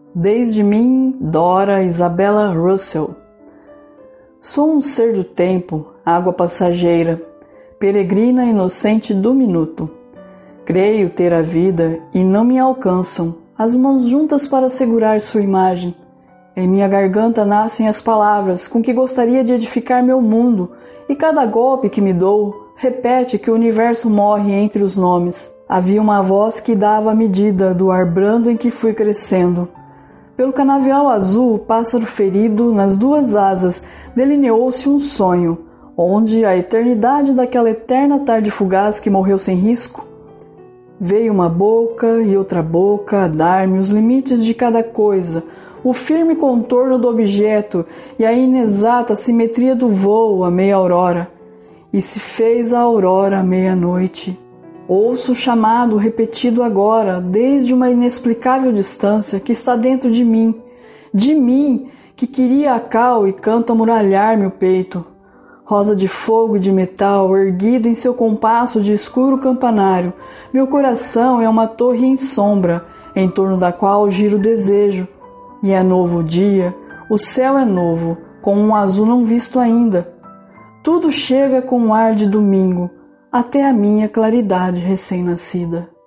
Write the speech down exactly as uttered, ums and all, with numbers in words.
Desde mim, Dora Isabella Russell. Sou um ser do tempo, água passageira, peregrina inocente do minuto. Creio ter a vida e não me alcançam as mãos juntas para segurar sua imagem. Em minha garganta nascem as palavras com que gostaria de edificar meu mundo, e cada golpe que me dou repete que o universo morre entre os nomes. Havia uma voz que dava a medida do ar brando em que fui crescendo. Pelo canavial azul, o pássaro ferido nas duas asas delineou-se um sonho, onde a eternidade daquela eterna tarde fugaz que morreu sem risco. Veio uma boca e outra boca a dar-me os limites de cada coisa, o firme contorno do objeto e a inexata simetria do vôo à meia-aurora. E se fez a aurora à meia-noite. Ouço o chamado repetido agora, desde uma inexplicável distância que está dentro de mim, de mim, que queria a cal e canto amuralhar-me o peito. Rosa de fogo e de metal, erguido em seu compasso de escuro campanário, meu coração é uma torre em sombra, em torno da qual gira o desejo. E é novo dia, o céu é novo, com um azul não visto ainda. Tudo chega com um ar de domingo, até a minha claridade recém-nascida.